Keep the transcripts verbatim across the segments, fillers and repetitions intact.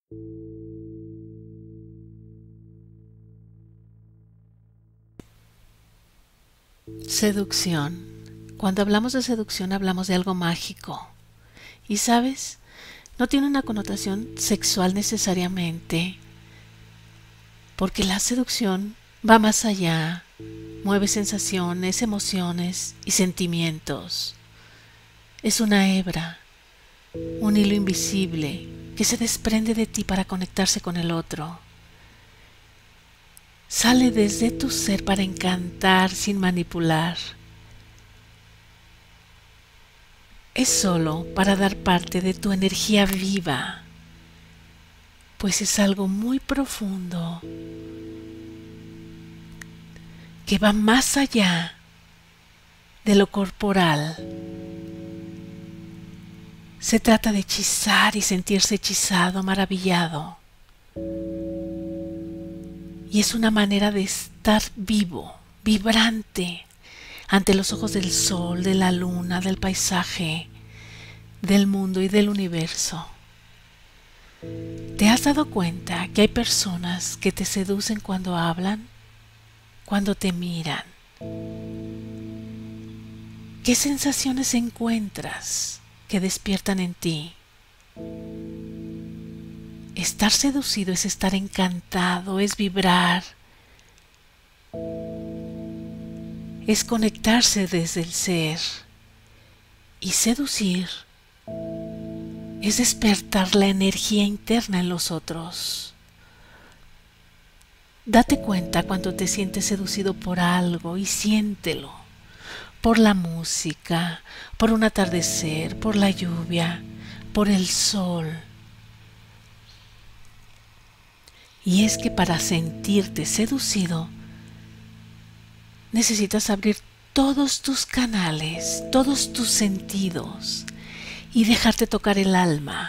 Seducción. Cuando hablamos de seducción hablamos de algo mágico. Y sabes, no tiene una connotación sexual necesariamente, porque la seducción va más allá, mueve sensaciones, emociones y sentimientos. Es una hebra, un hilo invisible que se desprende de ti para conectarse con el otro. Sale desde tu ser para encantar sin manipular. Es solo para dar parte de tu energía viva, pues es algo muy profundo que va más allá de lo corporal. Se trata de hechizar y sentirse hechizado, maravillado. Y es una manera de estar vivo, vibrante, ante los ojos del sol, de la luna, del paisaje, del mundo y del universo. ¿Te has dado cuenta que hay personas que te seducen cuando hablan, cuando te miran? ¿Qué sensaciones encuentras que despiertan en ti? Estar seducido es estar encantado, es vibrar, es conectarse desde el ser. Y seducir es despertar la energía interna en los otros. Date cuenta cuando te sientes seducido por algo y siéntelo. Por la música, por un atardecer, por la lluvia, por el sol. Y es que para sentirte seducido, necesitas abrir todos tus canales, todos tus sentidos y dejarte tocar el alma.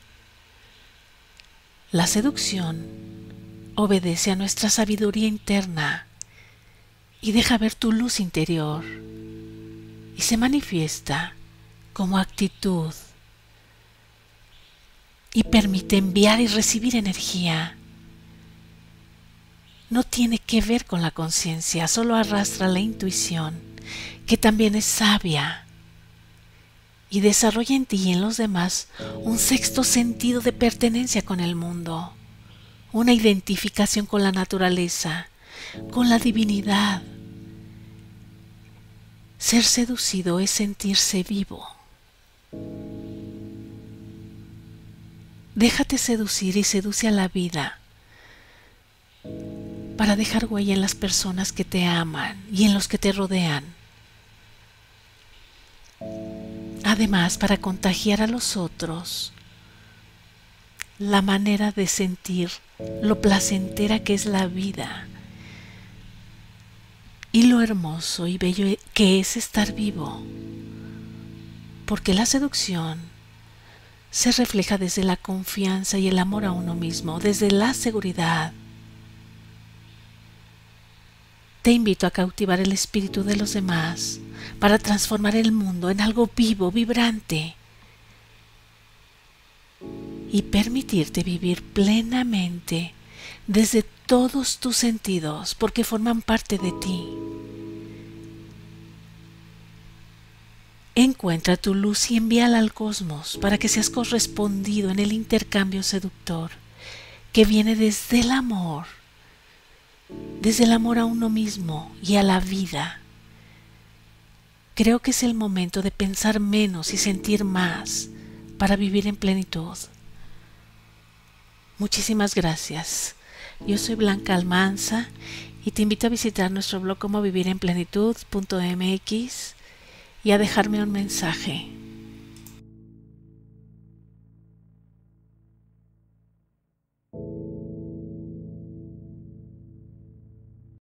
La seducción obedece a nuestra sabiduría interna y deja ver tu luz interior y se manifiesta como actitud y permite enviar y recibir energía. No tiene que ver con la conciencia, solo arrastra la intuición, que también es sabia, y desarrolla en ti y en los demás un sexto sentido de pertenencia con el mundo, una identificación con la naturaleza, con la divinidad. Ser seducido es sentirse vivo. Déjate seducir y seduce a la vida, para dejar huella en las personas que te aman y en los que te rodean. Además, para contagiar a los otros la manera de sentir lo placentera que es la vida y lo hermoso y bello que es estar vivo. Porque la seducción se refleja desde la confianza y el amor a uno mismo, desde la seguridad. Te invito a cautivar el espíritu de los demás para transformar el mundo en algo vivo, vibrante y permitirte vivir plenamente desde todos tus sentidos porque forman parte de ti. Encuentra tu luz y envíala al cosmos para que seas correspondido en el intercambio seductor que viene desde el amor. Desde el amor a uno mismo y a la vida. Creo que es el momento de pensar menos y sentir más para vivir en plenitud. Muchísimas gracias. Yo soy Blanca Almanza y te invito a visitar nuestro blog como vivir en plenitud punto m x y a dejarme un mensaje.